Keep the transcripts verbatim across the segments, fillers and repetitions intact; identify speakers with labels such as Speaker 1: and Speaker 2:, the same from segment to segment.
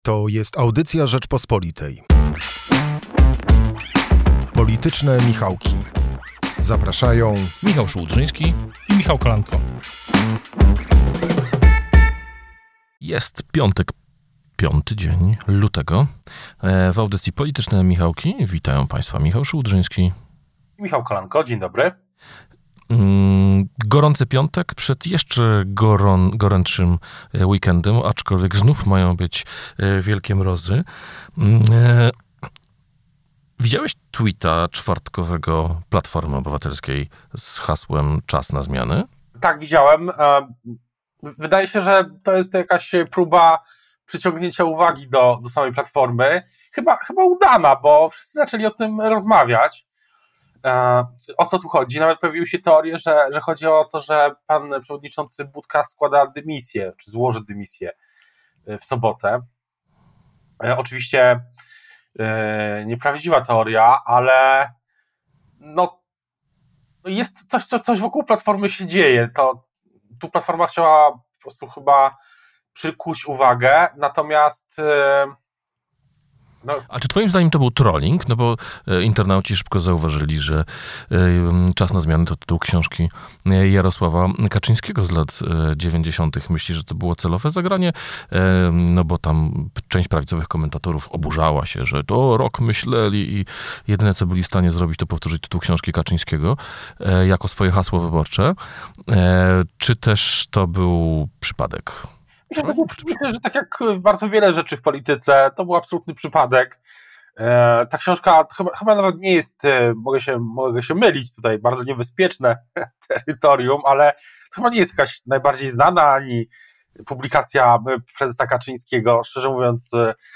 Speaker 1: To jest audycja Rzeczpospolitej. Polityczne Michałki. Zapraszają
Speaker 2: Michał Szułdrzyński i Michał Kolanko. Jest piątek, piąty dzień lutego. W audycji Polityczne Michałki witają Państwa Michał Szułdrzyński.
Speaker 3: Michał Kolanko, dzień dobry.
Speaker 2: Gorący piątek przed jeszcze goron, gorętszym weekendem, aczkolwiek znów mają być wielkie mrozy. Widziałeś tweeta czwartkowego Platformy Obywatelskiej z hasłem Czas na zmiany?
Speaker 3: Tak, widziałem. Wydaje się, że to jest jakaś próba przyciągnięcia uwagi do, do samej Platformy. Chyba, chyba udana, bo wszyscy zaczęli o tym rozmawiać. O co tu chodzi? Nawet pojawiły się teorie, że, że chodzi o to, że pan przewodniczący Budka składa dymisję, czy złoży dymisję w sobotę. Oczywiście nieprawdziwa teoria, ale no jest coś, coś, coś wokół Platformy się dzieje. To, tu Platforma chciała po prostu chyba przykuć uwagę, natomiast
Speaker 2: No. A czy twoim zdaniem to był trolling? No bo e, internauci szybko zauważyli, że e, Czas na zmiany to tytuł książki Jarosława Kaczyńskiego z lat e, dziewięćdziesiątych. Myśli, że to było celowe zagranie? E, no bo tam część prawicowych komentatorów oburzała się, że to rok myśleli i jedyne, co byli w stanie zrobić, to powtórzyć tytuł książki Kaczyńskiego e, jako swoje hasło wyborcze. E, czy też to był przypadek?
Speaker 3: Myślę, że, myślę, że tak jak bardzo wiele rzeczy w polityce, to był absolutny przypadek. E, ta książka chyba, chyba nawet nie jest, mogę się, mogę się mylić tutaj, bardzo niebezpieczne terytorium, ale to chyba nie jest jakaś najbardziej znana ani publikacja prezesa Kaczyńskiego. Szczerze mówiąc,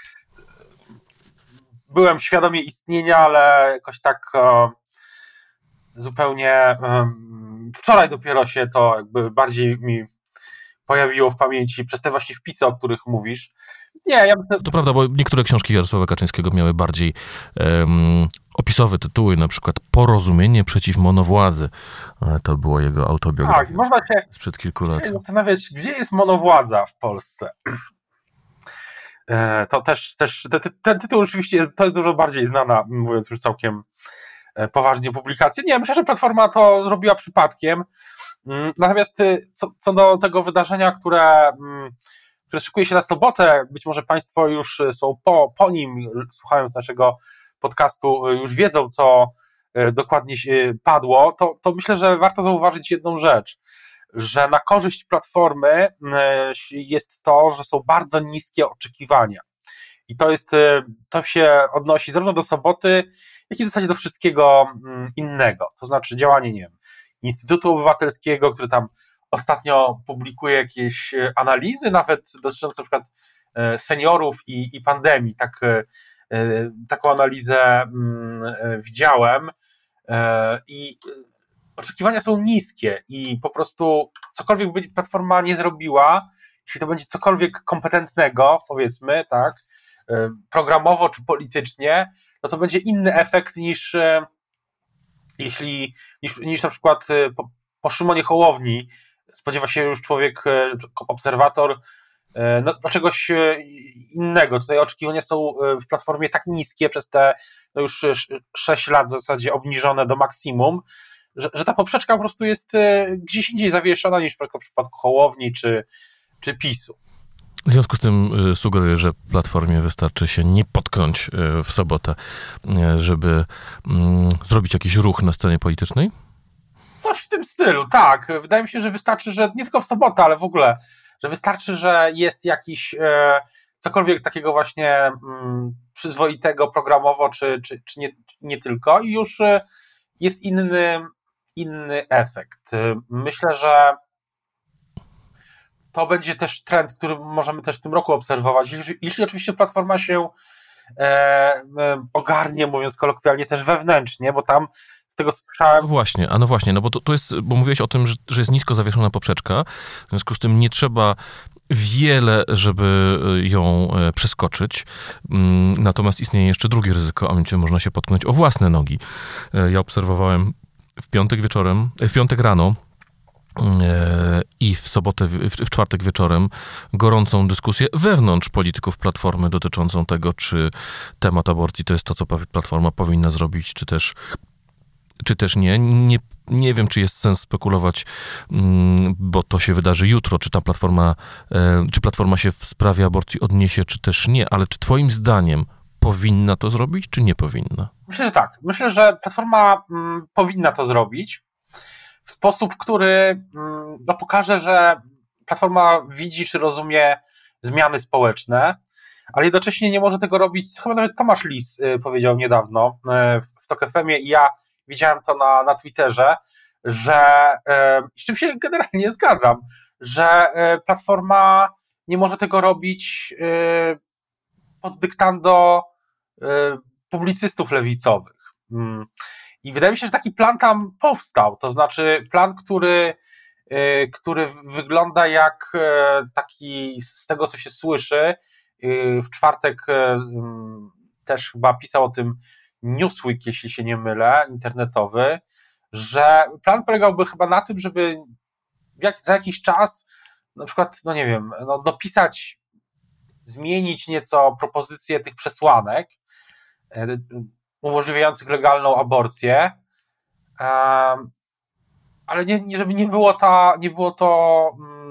Speaker 3: byłem świadomie istnienia, ale jakoś tak e, zupełnie e, wczoraj dopiero się to jakby bardziej mi pojawiło w pamięci przez te właśnie wpisy, o których mówisz. Nie, ja myślę...
Speaker 2: To prawda, bo niektóre książki Jarosława Kaczyńskiego miały bardziej um, opisowe tytuły, na przykład Porozumienie przeciw monowładzy. To było jego autobiografia.
Speaker 3: Tak, można się
Speaker 2: sprzed kilku lat
Speaker 3: zastanawiać, gdzie jest monowładza w Polsce. To też, też ten, ten tytuł oczywiście jest, to jest dużo bardziej znana, mówiąc już całkiem poważnie, publikacja. Nie, myślę, że Platforma to zrobiła przypadkiem. Natomiast co, co do tego wydarzenia, które, które szykuje się na sobotę, być może Państwo już są po, po nim, słuchając naszego podcastu, już wiedzą, co dokładnie się padło, to, to myślę, że warto zauważyć jedną rzecz, że na korzyść Platformy jest to, że są bardzo niskie oczekiwania. I to jest, to się odnosi zarówno do soboty, jak i w zasadzie do wszystkiego innego. To znaczy działanie, nie wiem, Instytutu Obywatelskiego, który tam ostatnio publikuje jakieś analizy, nawet dotyczące na przykład seniorów i, i pandemii. Tak, taką analizę widziałem i oczekiwania są niskie i po prostu cokolwiek by Platforma nie zrobiła, jeśli to będzie cokolwiek kompetentnego, powiedzmy, tak, programowo czy politycznie, no to będzie inny efekt niż Jeśli, niż, niż na przykład po, po Szymonie Hołowni spodziewa się już człowiek, obserwator, no, no czegoś innego. Tutaj oczekiwania są w Platformie tak niskie przez te no już sześć lat w zasadzie obniżone do maksimum, że, że ta poprzeczka po prostu jest gdzieś indziej zawieszona niż w przypadku Hołowni czy, czy PiSu.
Speaker 2: W związku z tym sugeruję, że Platformie wystarczy się nie potknąć w sobotę, żeby zrobić jakiś ruch na scenie politycznej?
Speaker 3: Coś w tym stylu, tak. Wydaje mi się, że wystarczy, że nie tylko w sobotę, ale w ogóle, że wystarczy, że jest jakiś e, cokolwiek takiego właśnie mm, przyzwoitego programowo, czy, czy, czy nie, nie tylko i już jest inny, inny efekt. Myślę, że to będzie też trend, który możemy też w tym roku obserwować. Jeśli, jeśli oczywiście Platforma się e, e, ogarnie, mówiąc kolokwialnie, też wewnętrznie, bo tam z tego co słyszałem...
Speaker 2: No właśnie, a no właśnie, no bo to, to jest, bo mówiłeś o tym, że, że jest nisko zawieszona poprzeczka, w związku z tym nie trzeba wiele, żeby ją przeskoczyć. Natomiast istnieje jeszcze drugie ryzyko, a mianowicie można się potknąć o własne nogi. Ja obserwowałem w piątek wieczorem, w piątek rano i w sobotę, w czwartek wieczorem gorącą dyskusję wewnątrz polityków Platformy dotyczącą tego, czy temat aborcji to jest to, co Platforma powinna zrobić, czy też, czy też nie. Nie, nie wiem, czy jest sens spekulować, bo to się wydarzy jutro, czy ta Platforma, czy Platforma się w sprawie aborcji odniesie, czy też nie, ale czy twoim zdaniem powinna to zrobić, czy nie powinna?
Speaker 3: Myślę, że tak. Myślę, że Platforma mm, powinna to zrobić w sposób, który no, pokaże, że Platforma widzi czy rozumie zmiany społeczne, ale jednocześnie nie może tego robić. Chyba nawet Tomasz Lis powiedział niedawno w Tok F M ie i ja widziałem to na, na Twitterze, że z czym się generalnie zgadzam, że Platforma nie może tego robić pod dyktando publicystów lewicowych. I wydaje mi się, że taki plan tam powstał, to znaczy plan, który, który wygląda jak taki, z tego co się słyszy, w czwartek też chyba pisał o tym Newsweek, jeśli się nie mylę, internetowy, że plan polegałby chyba na tym, żeby jak, za jakiś czas na przykład, no nie wiem, no dopisać, zmienić nieco propozycję tych przesłanek umożliwiających legalną aborcję, ale nie, żeby nie było ta, nie było to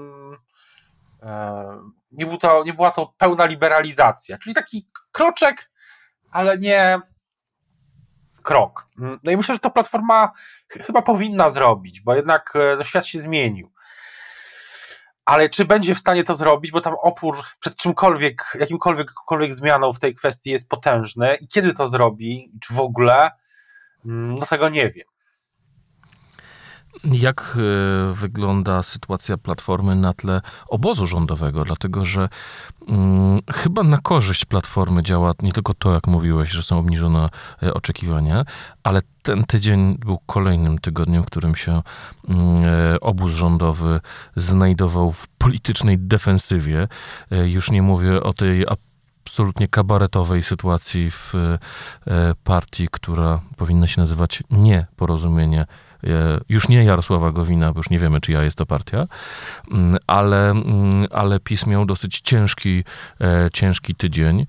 Speaker 3: nie, był to, nie była to pełna liberalizacja, czyli taki kroczek, ale nie krok. No i myślę, że to Platforma chyba powinna zrobić, bo jednak no, świat się zmienił. Ale czy będzie w stanie to zrobić, bo tam opór przed czymkolwiek, jakimkolwiek, jakąkolwiek zmianą w tej kwestii jest potężny i kiedy to zrobi, czy w ogóle, no tego nie wiem.
Speaker 2: Jak wygląda sytuacja Platformy na tle obozu rządowego? Dlatego, że hmm, chyba na korzyść Platformy działa nie tylko to, jak mówiłeś, że są obniżone oczekiwania, ale ten tydzień był kolejnym tygodniem, w którym się hmm, obóz rządowy znajdował w politycznej defensywie. Już nie mówię o tej absolutnie kabaretowej sytuacji w partii, która powinna się nazywać Nieporozumienie. Już nie Jarosława Gowina, bo już nie wiemy, czyja jest to partia, ale, ale PiS miał dosyć ciężki, ciężki tydzień.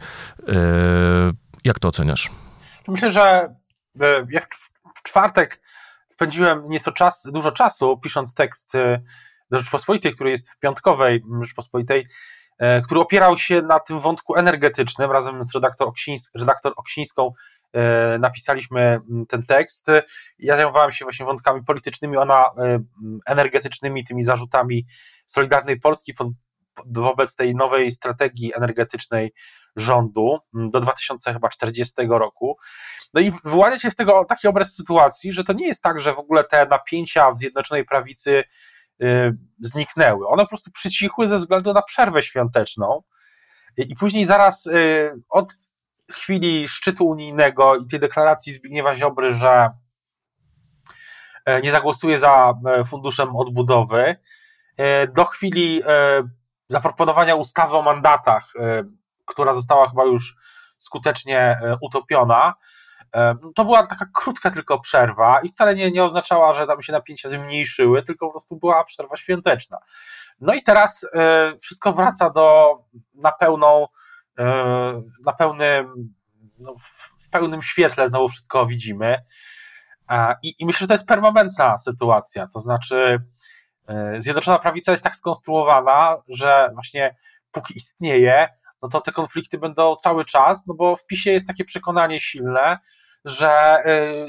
Speaker 2: Jak to oceniasz?
Speaker 3: Myślę, że ja w czwartek spędziłem nieco czas, dużo czasu pisząc tekst do Rzeczpospolitej, który jest w piątkowej Rzeczpospolitej, który opierał się na tym wątku energetycznym. Razem z redaktor, Oksińs, redaktor Oksińską napisaliśmy ten tekst. Ja zajmowałem się właśnie wątkami politycznymi, ona energetycznymi, tymi zarzutami Solidarnej Polski pod, wobec tej nowej strategii energetycznej rządu do dwa tysiące czterdziestego roku. No i wyłania się z tego taki obraz sytuacji, że to nie jest tak, że w ogóle te napięcia w Zjednoczonej Prawicy zniknęły. One po prostu przycichły ze względu na przerwę świąteczną i później zaraz od chwili szczytu unijnego i tej deklaracji Zbigniewa Ziobry, że nie zagłosuje za funduszem odbudowy, do chwili zaproponowania ustawy o mandatach, która została chyba już skutecznie utopiona, to była taka krótka tylko przerwa i wcale nie, nie oznaczała, że tam się napięcia zmniejszyły, tylko po prostu była przerwa świąteczna. No i teraz wszystko wraca do na pełną, na pełnym, no w pełnym świetle znowu wszystko widzimy. I, i myślę, że to jest permanentna sytuacja, to znaczy Zjednoczona Prawica jest tak skonstruowana, że właśnie póki istnieje, no to te konflikty będą cały czas, no bo w PiSie jest takie przekonanie silne, że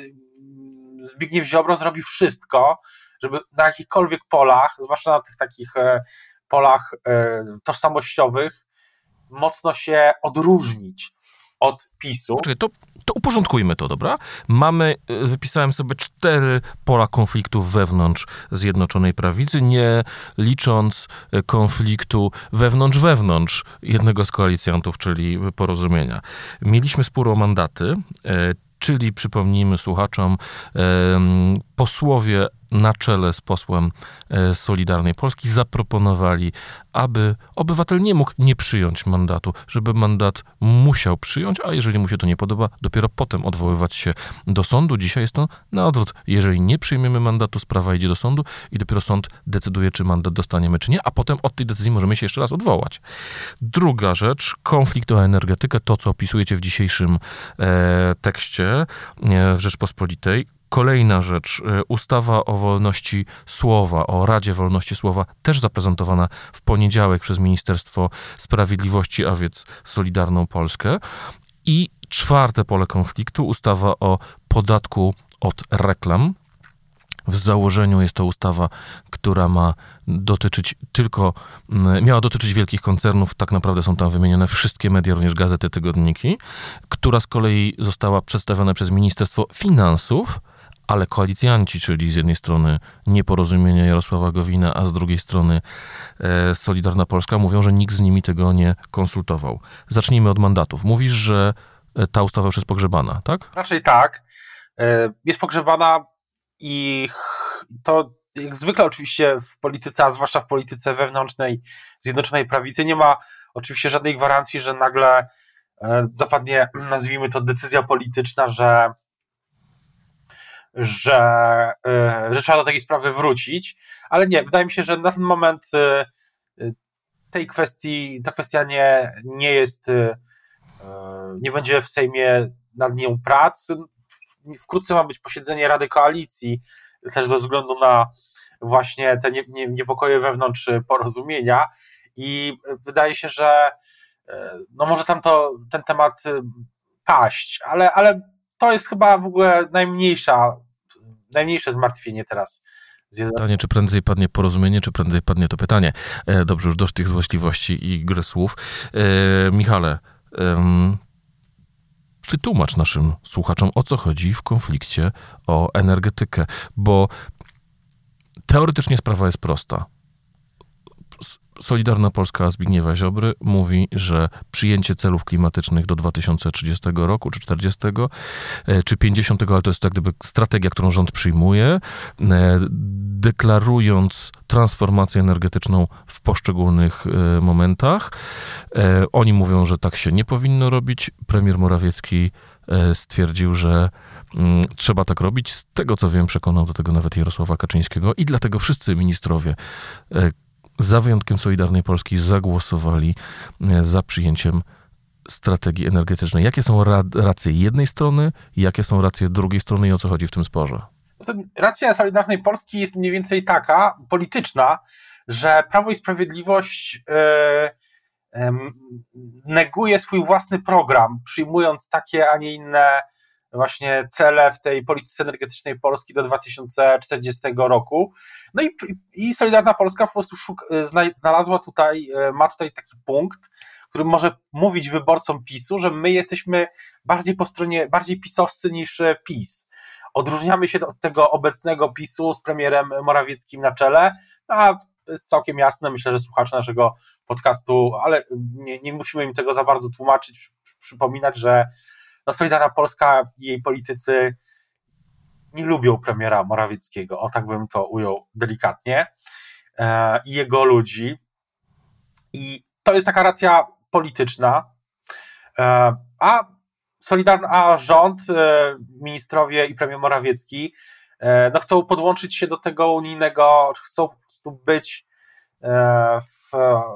Speaker 3: Zbigniew Ziobro zrobi wszystko, żeby na jakichkolwiek polach, zwłaszcza na tych takich polach tożsamościowych, mocno się odróżnić od PiSu.
Speaker 2: Poczekaj, to, to uporządkujmy to, dobra? Mamy, wypisałem sobie cztery pola konfliktów wewnątrz Zjednoczonej Prawicy, nie licząc konfliktu wewnątrz-wewnątrz jednego z koalicjantów, czyli Porozumienia. Mieliśmy spór o mandaty, czyli przypomnijmy słuchaczom, posłowie na czele z posłem Solidarnej Polski zaproponowali, aby obywatel nie mógł nie przyjąć mandatu, żeby mandat musiał przyjąć, a jeżeli mu się to nie podoba, dopiero potem odwoływać się do sądu. Dzisiaj jest to na odwrót. Jeżeli nie przyjmiemy mandatu, sprawa idzie do sądu i dopiero sąd decyduje, czy mandat dostaniemy, czy nie, a potem od tej decyzji możemy się jeszcze raz odwołać. Druga rzecz, konflikt o energetykę, to co opisujecie w dzisiejszym e, tekście e, w Rzeczpospolitej. Kolejna rzecz, ustawa o wolności słowa, o Radzie Wolności Słowa, też zaprezentowana w poniedziałek przez Ministerstwo Sprawiedliwości, a więc Solidarną Polskę. I czwarte pole konfliktu, ustawa o podatku od reklam. W założeniu jest to ustawa, która ma dotyczyć tylko, miała dotyczyć wielkich koncernów, tak naprawdę są tam wymienione wszystkie media, również gazety, tygodniki, która z kolei została przedstawiona przez Ministerstwo Finansów, ale koalicjanci, czyli z jednej strony nieporozumienia Jarosława Gowina, a z drugiej strony e, Solidarna Polska, mówią, że nikt z nimi tego nie konsultował. Zacznijmy od mandatów. Mówisz, że ta ustawa już jest pogrzebana, tak?
Speaker 3: Raczej tak. Jest pogrzebana i to jak zwykle oczywiście w polityce, a zwłaszcza w polityce wewnętrznej Zjednoczonej Prawicy, nie ma oczywiście żadnej gwarancji, że nagle zapadnie, nazwijmy to, decyzja polityczna, że że, że trzeba do takiej sprawy wrócić, ale nie, wydaje mi się, że na ten moment tej kwestii, ta kwestia nie, nie jest, nie będzie w Sejmie nad nią prac. Wkrótce ma być posiedzenie Rady Koalicji, też ze względu na właśnie te nie, nie, niepokoje wewnątrz porozumienia i wydaje się, że no może tam to, ten temat paść, ale, ale to jest chyba w ogóle najmniejsza, najmniejsze zmartwienie teraz.
Speaker 2: Pytanie, czy prędzej padnie porozumienie, czy prędzej padnie to pytanie. E, dobrze, już dość tych złośliwości i gry słów. E, Michale, e, wytłumacz naszym słuchaczom, o co chodzi w konflikcie o energetykę, bo teoretycznie sprawa jest prosta. Solidarna Polska Zbigniewa Ziobry mówi, że przyjęcie celów klimatycznych do dwa tysiące trzydziestego roku, czy czterdziestego, czy pięćdziesiątego, ale to jest tak gdyby strategia, którą rząd przyjmuje, deklarując transformację energetyczną w poszczególnych momentach. Oni mówią, że tak się nie powinno robić. Premier Morawiecki stwierdził, że trzeba tak robić. Z tego, co wiem, przekonał do tego nawet Jarosława Kaczyńskiego i dlatego wszyscy ministrowie, za wyjątkiem Solidarnej Polski, zagłosowali za przyjęciem strategii energetycznej. Jakie są racje jednej strony, jakie są racje drugiej strony i o co chodzi w tym sporze?
Speaker 3: Racja Solidarnej Polski jest mniej więcej taka, polityczna, że Prawo i Sprawiedliwość yy, yy, neguje swój własny program, przyjmując takie, a nie inne właśnie cele w tej polityce energetycznej Polski do dwa tysiące czterdziestego roku. No i, i Solidarna Polska po prostu szuk, znalazła tutaj, ma tutaj taki punkt, który może mówić wyborcom PiSu, że my jesteśmy bardziej po stronie, bardziej pisowscy niż PiS. Odróżniamy się od tego obecnego PiSu z premierem Morawieckim na czele, a to jest całkiem jasne, myślę, że słuchacze naszego podcastu, ale nie, nie musimy im tego za bardzo tłumaczyć, przypominać, że no Solidarna Polska i jej politycy nie lubią premiera Morawieckiego, o tak bym to ujął delikatnie, e, i jego ludzi. I to jest taka racja polityczna, e, a Solidarna, a rząd, e, ministrowie i premier Morawiecki e, no chcą podłączyć się do tego unijnego, chcą po prostu być e, w,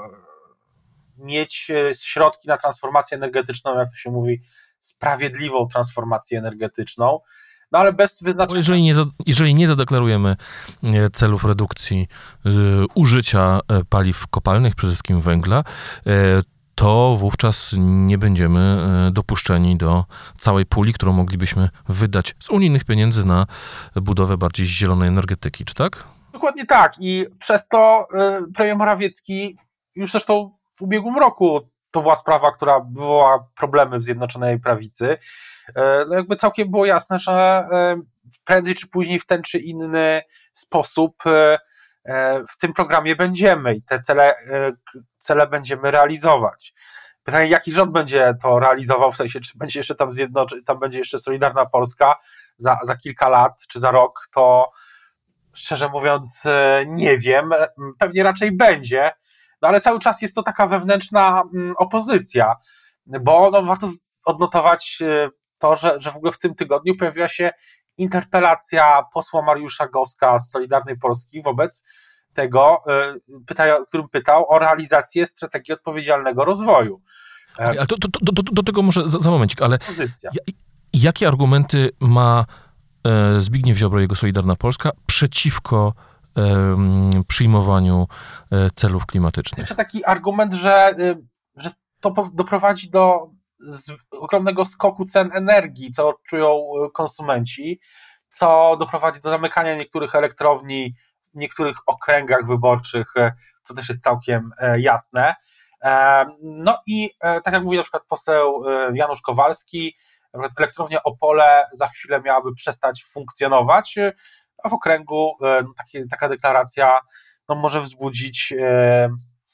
Speaker 3: mieć środki na transformację energetyczną, jak to się mówi, sprawiedliwą transformację energetyczną, no ale bez wyznaczenia...
Speaker 2: Jeżeli nie, jeżeli nie zadeklarujemy celów redukcji y, użycia paliw kopalnych, przede wszystkim węgla, y, to wówczas nie będziemy dopuszczeni do całej puli, którą moglibyśmy wydać z unijnych pieniędzy na budowę bardziej zielonej energetyki, czy tak?
Speaker 3: Dokładnie tak i przez to y, premier Morawiecki już zresztą w ubiegłym roku to była sprawa, która wywołała problemy w Zjednoczonej Prawicy. No jakby całkiem było jasne, że prędzej czy później w ten czy inny sposób w tym programie będziemy i te cele, cele będziemy realizować. Pytanie, jaki rząd będzie to realizował, w sensie, czy będzie jeszcze tam zjednoczy, tam będzie jeszcze Solidarna Polska za, za kilka lat, czy za rok, to Szczerze mówiąc, nie wiem. Pewnie raczej będzie, no ale cały czas jest to taka wewnętrzna opozycja, bo no, warto odnotować to, że, że w ogóle w tym tygodniu pojawiła się interpelacja posła Mariusza Goska z Solidarnej Polski wobec tego, pyta, którym pytał o realizację strategii odpowiedzialnego rozwoju.
Speaker 2: Ale to, to, to, do, do tego może za, za momencik, ale
Speaker 3: Pozycja.
Speaker 2: jakie argumenty ma Zbigniew Ziobro i jego Solidarna Polska przeciwko um, przyjmowaniu celów klimatycznych?
Speaker 3: Jeszcze taki argument, że, że to doprowadzi do z ogromnego skoku cen energii, co odczują konsumenci, co doprowadzi do zamykania niektórych elektrowni w niektórych okręgach wyborczych, co też jest całkiem jasne. No i tak jak mówi na przykład poseł Janusz Kowalski, elektrownia Opole za chwilę miałaby przestać funkcjonować, a w okręgu takie, taka deklaracja no, może wzbudzić e,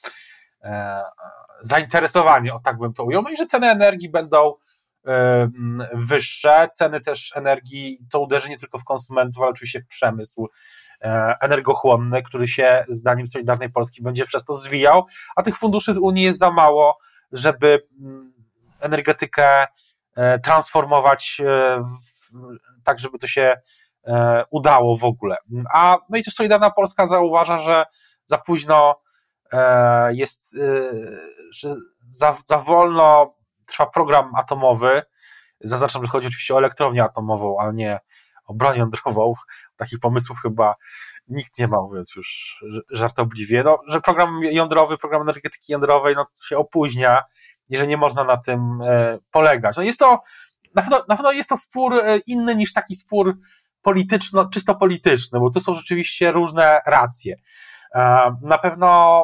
Speaker 3: e, zainteresowanie, o tak bym to ujął, no i że ceny energii będą e, wyższe, ceny też energii, to uderzy nie tylko w konsumentów, ale oczywiście w przemysł e, energochłonny, który się zdaniem Solidarnej Polski będzie przez to zwijał, a tych funduszy z Unii jest za mało, żeby energetykę transformować w, tak, żeby to się udało w ogóle. A no i też Solidarna Polska zauważa, że za późno jest, że za, za wolno trwa program atomowy. Zaznaczam, że chodzi oczywiście o elektrownię atomową, a nie o broń jądrową. Takich pomysłów chyba nikt nie ma, mówiąc już żartobliwie. No, że program jądrowy, program energetyki jądrowej no, się opóźnia i że nie można na tym polegać. No jest to, na pewno, na pewno jest to spór inny niż taki spór polityczno, czysto polityczny, bo tu są rzeczywiście różne racje. Na pewno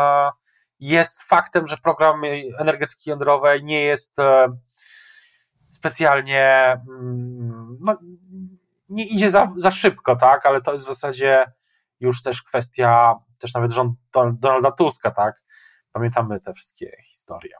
Speaker 3: jest faktem, że program energetyki jądrowej nie jest specjalnie, no, nie idzie za, za szybko, tak, ale to jest w zasadzie już też kwestia, też nawet rząd Donalda Tuska, tak, pamiętamy te wszystkie historie.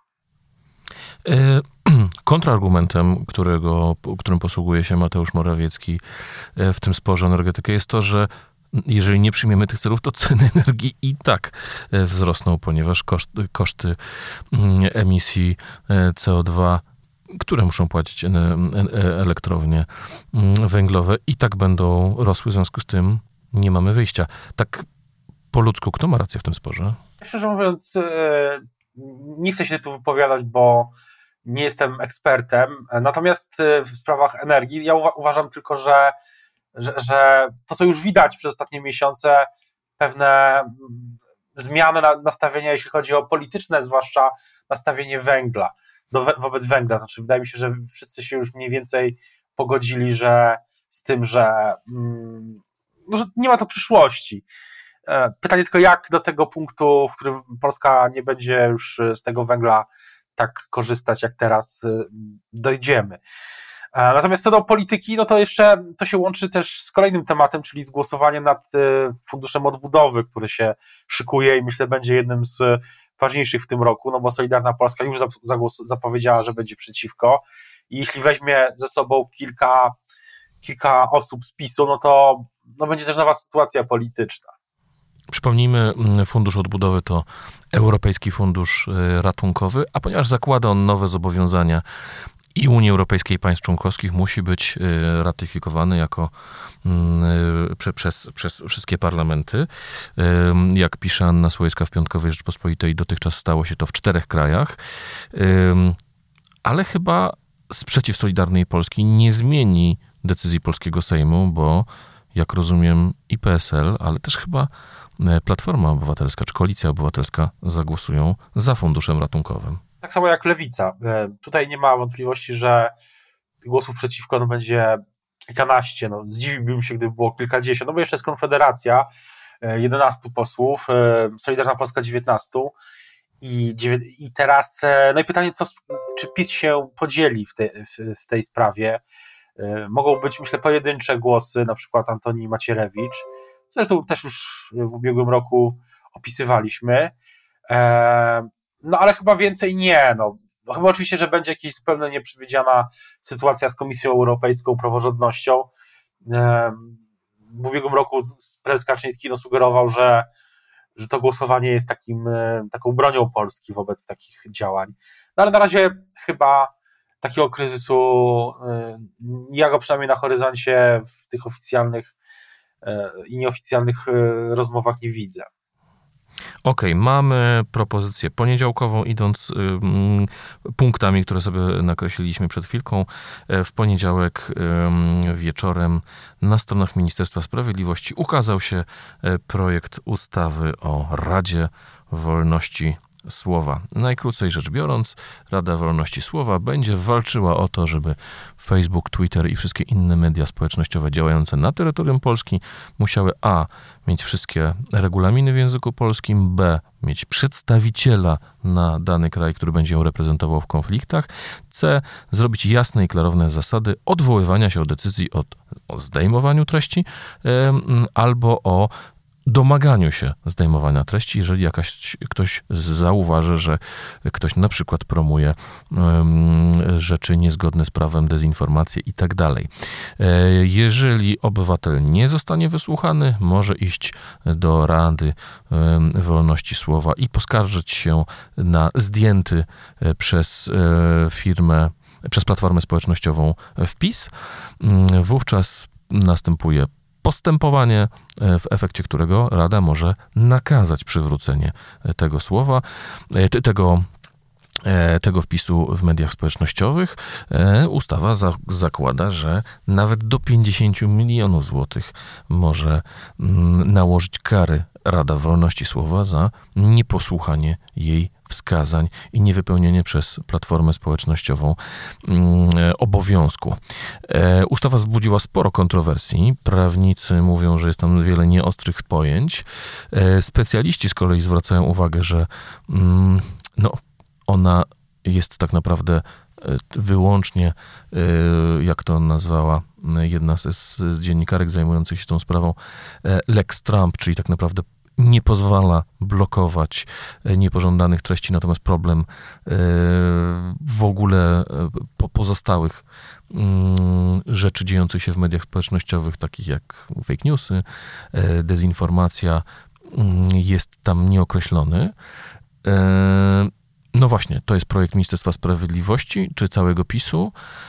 Speaker 2: Kontrargumentem, którego, którym posługuje się Mateusz Morawiecki w tym sporze o energetykę jest to, że jeżeli nie przyjmiemy tych celów, to ceny energii i tak wzrosną, ponieważ koszt, koszty emisji C O dwa, które muszą płacić elektrownie węglowe, i tak będą rosły, w związku z tym nie mamy wyjścia. Tak po ludzku, kto ma rację w tym sporze?
Speaker 3: Szczerze mówiąc, nie chcę się tu wypowiadać, bo nie jestem ekspertem, natomiast w sprawach energii ja uważam tylko, że, że, że to, co już widać przez ostatnie miesiące, pewne zmiany nastawienia, jeśli chodzi o polityczne, zwłaszcza nastawienie węgla, do, wobec węgla, znaczy wydaje mi się, że wszyscy się już mniej więcej pogodzili, że z tym, że, że nie ma to przyszłości. Pytanie tylko, jak do tego punktu, w którym Polska nie będzie już z tego węgla tak korzystać, jak teraz, dojdziemy. Natomiast co do polityki, no to jeszcze to się łączy też z kolejnym tematem, czyli z głosowaniem nad Funduszem Odbudowy, który się szykuje i myślę będzie jednym z ważniejszych w tym roku, no bo Solidarna Polska już zapowiedziała, że będzie przeciwko i jeśli weźmie ze sobą kilka, kilka osób z PiSu, no to no będzie też nowa sytuacja polityczna.
Speaker 2: Przypomnijmy, Fundusz Odbudowy to Europejski Fundusz Ratunkowy, a ponieważ zakłada on nowe zobowiązania i Unii Europejskiej i państw członkowskich, musi być ratyfikowany jako przez, przez wszystkie parlamenty. Jak pisze Anna Słojska w Piątkowej Rzeczpospolitej, dotychczas stało się to w czterech krajach, ale chyba sprzeciw Solidarnej Polski nie zmieni decyzji polskiego Sejmu, bo jak rozumiem i P S L, ale też chyba Platforma Obywatelska czy Koalicja Obywatelska zagłosują za funduszem ratunkowym.
Speaker 3: Tak samo jak Lewica. Tutaj nie ma wątpliwości, że głosów przeciwko no będzie kilkanaście. No, zdziwiłbym się, gdyby było kilkadziesiąt, no bo jeszcze jest Konfederacja, jedenastu posłów, Solidarna Polska dziewiętnastu i, i teraz, no i pytanie, co, czy PiS się podzieli w, te, w, w tej sprawie. Mogą być, myślę, pojedyncze głosy, na przykład Antoni Macierewicz, zresztą też już w ubiegłym roku opisywaliśmy, no ale chyba więcej nie, no, no chyba oczywiście, że będzie jakaś zupełnie nieprzewidziana sytuacja z Komisją Europejską, praworządnością, w ubiegłym roku prezes Kaczyński no, sugerował, że, że to głosowanie jest takim, taką bronią Polski wobec takich działań. No ale na razie chyba takiego kryzysu, ja go przynajmniej na horyzoncie w tych oficjalnych i nieoficjalnych rozmowach nie widzę.
Speaker 2: Okej, okay, mamy propozycję poniedziałkową, idąc y, y, punktami, które sobie nakreśliliśmy przed chwilką. W poniedziałek y, wieczorem na stronach Ministerstwa Sprawiedliwości ukazał się projekt ustawy o Radzie Wolności Słowa. Najkrócej rzecz biorąc, Rada Wolności Słowa będzie walczyła o to, żeby Facebook, Twitter i wszystkie inne media społecznościowe działające na terytorium Polski musiały a. mieć wszystkie regulaminy w języku polskim, b. mieć przedstawiciela na dany kraj, który będzie ją reprezentował w konfliktach, c. zrobić jasne i klarowne zasady odwoływania się od decyzji o, o zdejmowaniu treści yy, albo o domaganiu się zdejmowania treści, jeżeli jakaś, ktoś zauważy, że ktoś na przykład promuje um, rzeczy niezgodne z prawem, dezinformację i tak dalej. Jeżeli obywatel nie zostanie wysłuchany, może iść do Rady um, Wolności Słowa i poskarżyć się na zdjęty przez um, firmę, przez platformę społecznościową wpis. Um, wówczas następuje postępowanie, w efekcie którego Rada może nakazać przywrócenie tego słowa, tego, tego wpisu w mediach społecznościowych. Ustawa za, zakłada, że nawet do pięćdziesiąt milionów złotych może nałożyć kary Rada Wolności Słowa za nieposłuchanie jej wskazań i niewypełnienie przez platformę społecznościową obowiązku. Ustawa wzbudziła sporo kontrowersji. Prawnicy mówią, że jest tam wiele nieostrych pojęć. Specjaliści z kolei zwracają uwagę, że no, ona jest tak naprawdę wyłącznie, jak to nazwała jedna z, z dziennikarek zajmujących się tą sprawą, Lex Trump, czyli tak naprawdę nie pozwala blokować niepożądanych treści, natomiast problem w ogóle pozostałych rzeczy dziejących się w mediach społecznościowych, takich jak fake newsy, dezinformacja, jest tam nieokreślony. No właśnie, to jest projekt Ministerstwa Sprawiedliwości, czy całego PiSu,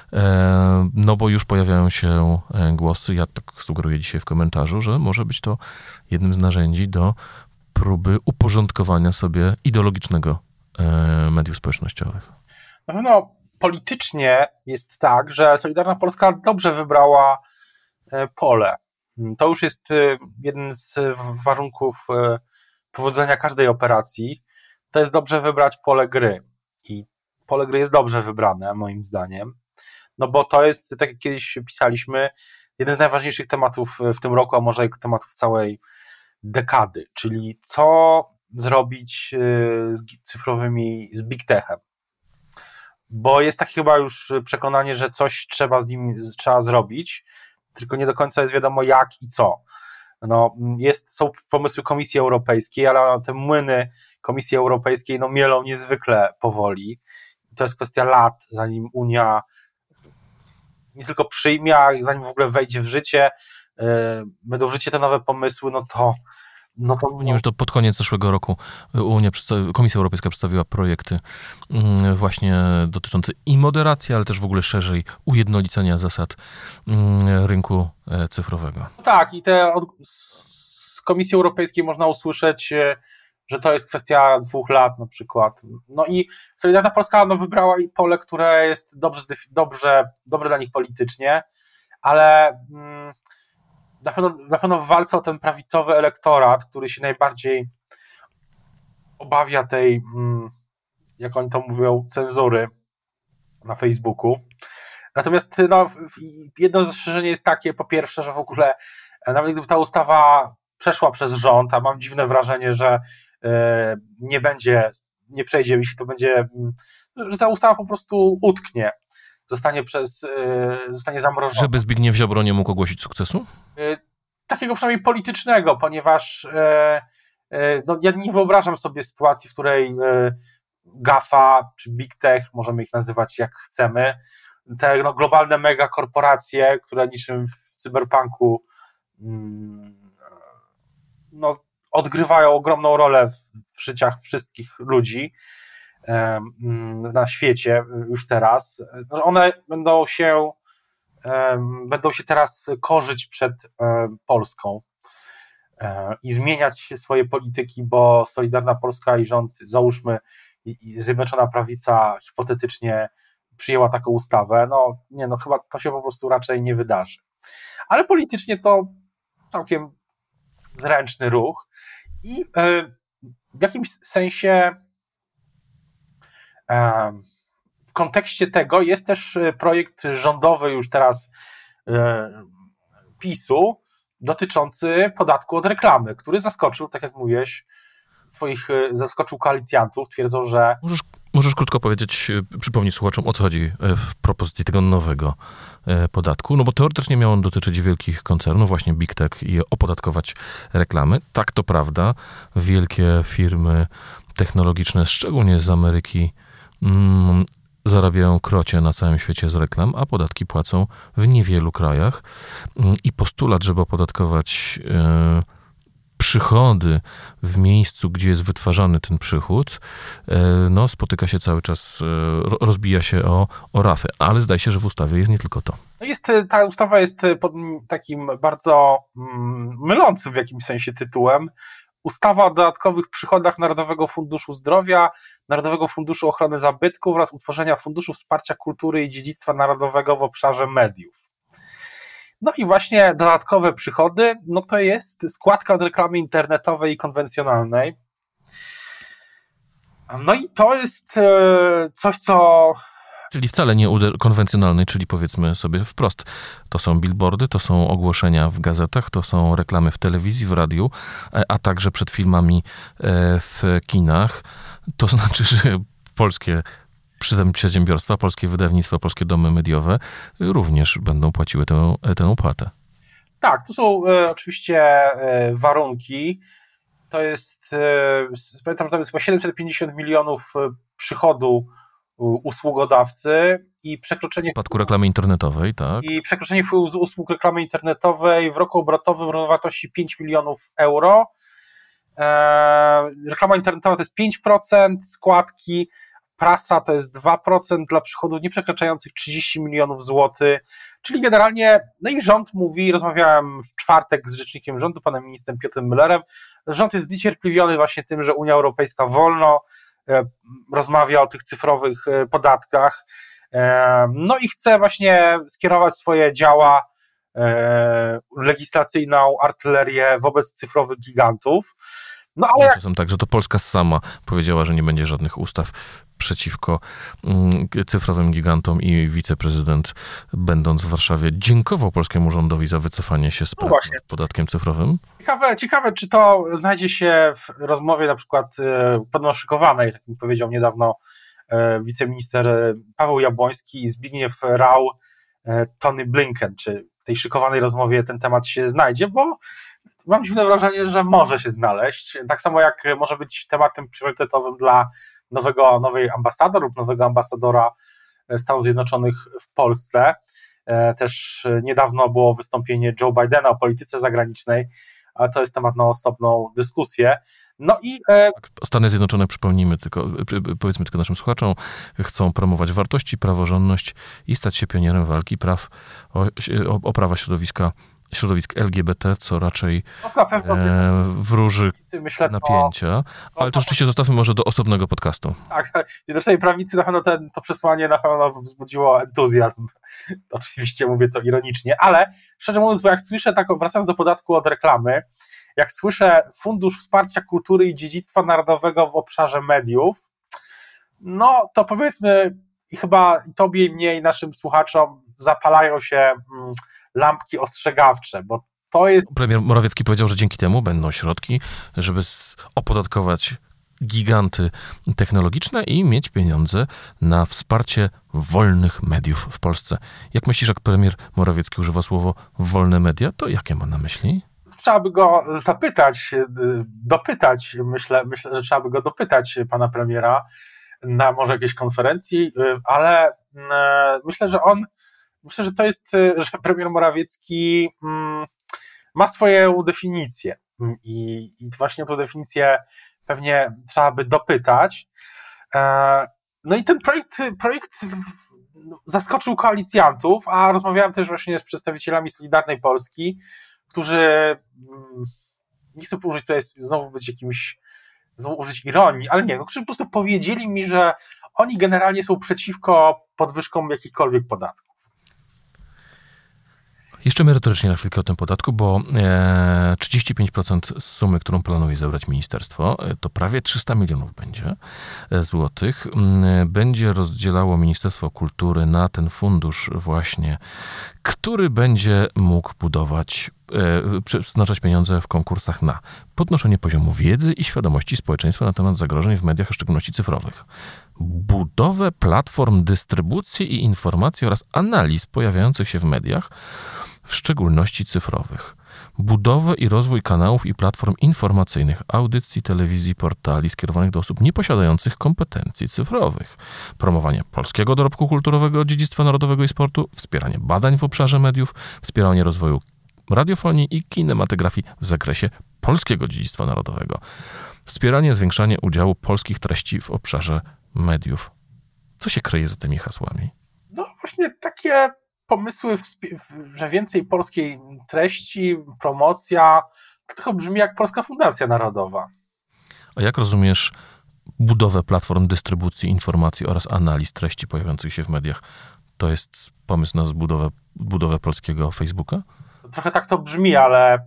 Speaker 2: no bo już pojawiają się głosy, ja tak sugeruję dzisiaj w komentarzu, że może być to jednym z narzędzi do próby uporządkowania sobie ideologicznego mediów społecznościowych.
Speaker 3: Na pewno politycznie jest tak, że Solidarna Polska dobrze wybrała pole. To już jest jeden z warunków powodzenia każdej operacji. To jest dobrze wybrać pole gry. I pole gry jest dobrze wybrane, moim zdaniem. No bo to jest, tak jak kiedyś pisaliśmy, jeden z najważniejszych tematów w tym roku, a może tematów całej dekady. Czyli co zrobić z cyfrowymi, z big techem. Bo jest takie chyba już przekonanie, że coś trzeba z nim trzeba zrobić, tylko nie do końca jest wiadomo jak i co. No, jest, są pomysły Komisji Europejskiej, ale te młyny Komisji Europejskiej no, mielą niezwykle powoli. To jest kwestia lat, zanim Unia nie tylko przyjmie, a zanim w ogóle wejdzie w życie, yy, będą w życie te nowe pomysły, no to no to...
Speaker 2: Już to pod koniec zeszłego roku Unia, Komisja Europejska przedstawiła projekty właśnie dotyczące i moderacji, ale też w ogóle szerzej ujednolicenia zasad rynku cyfrowego.
Speaker 3: Tak, i te od, z Komisji Europejskiej można usłyszeć, że to jest kwestia dwóch lat na przykład. No i Solidarna Polska no, wybrała pole, które jest dobrze, dobrze, dobre dla nich politycznie, ale mm, na pewno, na pewno w walce o ten prawicowy elektorat, który się najbardziej obawia tej, mm, jak oni to mówią, cenzury na Facebooku. Natomiast no, jedno zastrzeżenie jest takie, po pierwsze, że w ogóle nawet gdyby ta ustawa przeszła przez rząd, a mam dziwne wrażenie, że nie będzie, nie przejdzie, jeśli to będzie, że ta ustawa po prostu utknie, zostanie przez, zostanie zamrożona.
Speaker 2: Żeby Zbigniew Ziobro nie mógł ogłosić sukcesu?
Speaker 3: Takiego przynajmniej politycznego, ponieważ no, ja nie wyobrażam sobie sytuacji, w której GAFA czy Big Tech, możemy ich nazywać jak chcemy, te no, globalne megakorporacje, które niczym w cyberpunku no, odgrywają ogromną rolę w życiach wszystkich ludzi na świecie już teraz. One będą się będą się teraz korzyć przed Polską i zmieniać swoje polityki, bo Solidarna Polska i rząd, załóżmy, Zjednoczona Prawica hipotetycznie przyjęła taką ustawę, no nie, no chyba to się po prostu raczej nie wydarzy. Ale politycznie to całkiem zręczny ruch i w jakimś sensie w kontekście tego jest też projekt rządowy już teraz PiSu dotyczący podatku od reklamy, który zaskoczył, tak jak mówiłeś, swoich zaskoczył koalicjantów, twierdzą, że...
Speaker 2: Możesz, możesz krótko powiedzieć, przypomnieć słuchaczom, o co chodzi w propozycji tego nowego podatku, no bo teoretycznie miał on dotyczyć wielkich koncernów, właśnie Big Tech i opodatkować reklamy. Tak, to prawda, wielkie firmy technologiczne, szczególnie z Ameryki, mm, zarabiają krocie na całym świecie z reklam, a podatki płacą w niewielu krajach. I postulat, żeby opodatkować e, przychody w miejscu, gdzie jest wytwarzany ten przychód, e, no spotyka się cały czas, e, rozbija się o, o rafę, ale zdaje się, że w ustawie jest nie tylko to.
Speaker 3: Jest, ta ustawa jest pod takim bardzo mm, mylącym w jakimś sensie tytułem. Ustawa o dodatkowych przychodach Narodowego Funduszu Zdrowia, Narodowego Funduszu Ochrony Zabytków oraz utworzenia Funduszu Wsparcia Kultury i Dziedzictwa Narodowego w obszarze mediów. No i właśnie dodatkowe przychody, no to jest składka od reklamy internetowej i konwencjonalnej. No i to jest coś, co...
Speaker 2: Czyli wcale nie uder- konwencjonalnej, czyli powiedzmy sobie wprost, to są billboardy, to są ogłoszenia w gazetach, to są reklamy w telewizji, w radiu, a także przed filmami w kinach. To znaczy, że polskie przedsiębiorstwa, polskie wydawnictwa, polskie domy mediowe również będą płaciły tę, tę opłatę.
Speaker 3: Tak, to są e, oczywiście e, warunki. To jest, e, pamiętam, tam jest chyba siedemset pięćdziesiąt milionów przychodu usługodawcy i przekroczenie...
Speaker 2: W przypadku reklamy internetowej, tak.
Speaker 3: I przekroczenie wpływu z usług reklamy internetowej w roku obrotowym o wartości pięć milionów euro. E, reklama internetowa to jest pięć procent składki, prasa to jest dwa procent dla przychodów nieprzekraczających trzydzieści milionów złotych, czyli generalnie, no i rząd mówi, rozmawiałem w czwartek z rzecznikiem rządu, panem ministrem Piotrem Müllerem, rząd jest zniecierpliwiony właśnie tym, że Unia Europejska wolno e, rozmawia o tych cyfrowych e, podatkach, e, no i chce właśnie skierować swoje działa e, legislacyjną artylerię wobec cyfrowych gigantów.
Speaker 2: No ale czasem tak, że to Polska sama powiedziała, że nie będzie żadnych ustaw przeciwko mm, cyfrowym gigantom i wiceprezydent, będąc w Warszawie, dziękował polskiemu rządowi za wycofanie się z pracy no nad podatkiem cyfrowym.
Speaker 3: Ciekawe, ciekawe, czy to znajdzie się w rozmowie na przykład e, podnoszykowanej, tak mi powiedział niedawno e, wiceminister Paweł Jabłoński i Zbigniew Rau, e, Tony Blinken, czy w tej szykowanej rozmowie ten temat się znajdzie, bo mam dziwne wrażenie, że może się znaleźć, tak samo jak może być tematem priorytetowym dla nowego, nowej ambasador lub nowego ambasadora Stanów Zjednoczonych w Polsce. Też niedawno było wystąpienie Joe Bidena o polityce zagranicznej, ale to jest temat na osobną dyskusję. No i
Speaker 2: Stany Zjednoczone, przypomnijmy tylko, powiedzmy tylko naszym słuchaczom, chcą promować wartości, praworządność i stać się pionierem walki praw o, o, o prawa środowiska środowisk L G B T, co raczej no, e, wróży myślę, napięcia. To, ale to rzeczywiście zostawmy może do osobnego podcastu.
Speaker 3: Tak, Zjednoczeni Prawicy na pewno ten, to przesłanie na pewno wzbudziło entuzjazm. Oczywiście mówię to ironicznie, ale szczerze mówiąc, bo jak słyszę, tak wracając do podatku od reklamy, jak słyszę Fundusz Wsparcia Kultury i Dziedzictwa Narodowego w obszarze mediów, no to powiedzmy i chyba i tobie, i mnie, i naszym słuchaczom zapalają się mm, lampki ostrzegawcze, bo to jest...
Speaker 2: Premier Morawiecki powiedział, że dzięki temu będą środki, żeby opodatkować giganty technologiczne i mieć pieniądze na wsparcie wolnych mediów w Polsce. Jak myślisz, jak premier Morawiecki używa słowo wolne media, to jakie ma na myśli?
Speaker 3: Trzeba by go zapytać, dopytać, myślę, myślę, że trzeba by go dopytać, pana premiera, na może jakiejś konferencji, ale myślę, że on Myślę, że to jest, że premier Morawiecki ma swoją definicję i, i właśnie o tę definicję pewnie trzeba by dopytać. No i ten projekt, projekt zaskoczył koalicjantów, a rozmawiałem też właśnie z przedstawicielami Solidarnej Polski, którzy, nie chcę użyć tutaj znowu być jakimś, znowu użyć ironii, ale nie, no, którzy po prostu powiedzieli mi, że oni generalnie są przeciwko podwyżkom jakichkolwiek podatków.
Speaker 2: Jeszcze merytorycznie na chwilkę o tym podatku, bo trzydzieści pięć procent z sumy, którą planuje zebrać ministerstwo, to prawie trzysta milionów będzie złotych. Będzie rozdzielało Ministerstwo Kultury na ten fundusz właśnie, który będzie mógł budować, przeznaczać pieniądze w konkursach na podnoszenie poziomu wiedzy i świadomości społeczeństwa na temat zagrożeń w mediach, a w szczególności cyfrowych, budowę platform dystrybucji i informacji oraz analiz pojawiających się w mediach, w szczególności cyfrowych, budowę i rozwój kanałów i platform informacyjnych, audycji, telewizji, portali skierowanych do osób nieposiadających kompetencji cyfrowych, promowanie polskiego dorobku kulturowego, dziedzictwa narodowego i sportu, wspieranie badań w obszarze mediów, wspieranie rozwoju radiofonii i kinematografii w zakresie polskiego dziedzictwa narodowego, wspieranie, zwiększanie udziału polskich treści w obszarze mediów. Co się kryje za tymi hasłami?
Speaker 3: No właśnie takie pomysły, że więcej polskiej treści, promocja, to trochę brzmi jak Polska Fundacja Narodowa.
Speaker 2: A jak rozumiesz budowę platform dystrybucji informacji oraz analiz treści pojawiających się w mediach? To jest pomysł na zbudowę, budowę polskiego Facebooka?
Speaker 3: Trochę tak to brzmi, ale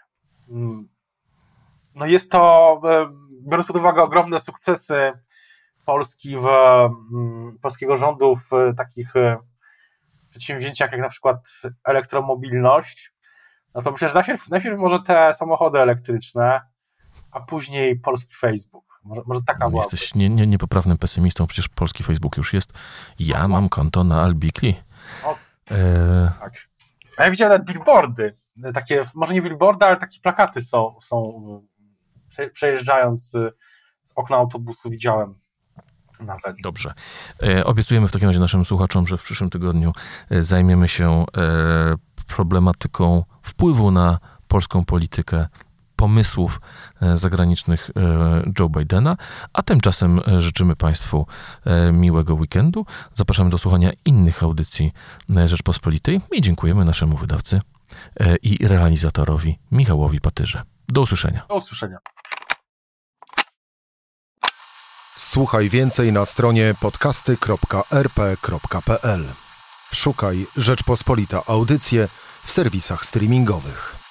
Speaker 3: no jest to, biorąc pod uwagę ogromne sukcesy Polski w, polskiego rządu w takich przedsięwzięciach jak na przykład elektromobilność, no to myślę, że najpierw, najpierw może te samochody elektryczne, a później polski Facebook. Może, może taka była.
Speaker 2: Jesteś nie, nie, niepoprawnym pesymistą, przecież polski Facebook już jest. Ja no, mam konto na Albikli.
Speaker 3: O, e... Tak. A ja widziałem nawet billboardy, takie, może nie billboardy, ale takie plakaty są, są przejeżdżając z okna autobusu widziałem. Nawet.
Speaker 2: Dobrze. E, obiecujemy w takim razie naszym słuchaczom, że w przyszłym tygodniu e, zajmiemy się e, problematyką wpływu na polską politykę pomysłów e, zagranicznych e, Joe Bidena, a tymczasem e, życzymy Państwu e, miłego weekendu. Zapraszamy do słuchania innych audycji e, Rzeczpospolitej i dziękujemy naszemu wydawcy e, i realizatorowi Michałowi Patyrze. Do usłyszenia.
Speaker 3: Do usłyszenia.
Speaker 1: Słuchaj więcej na stronie podcasty kropka er pe kropka pe el. Szukaj Rzeczpospolita Audycje w serwisach streamingowych.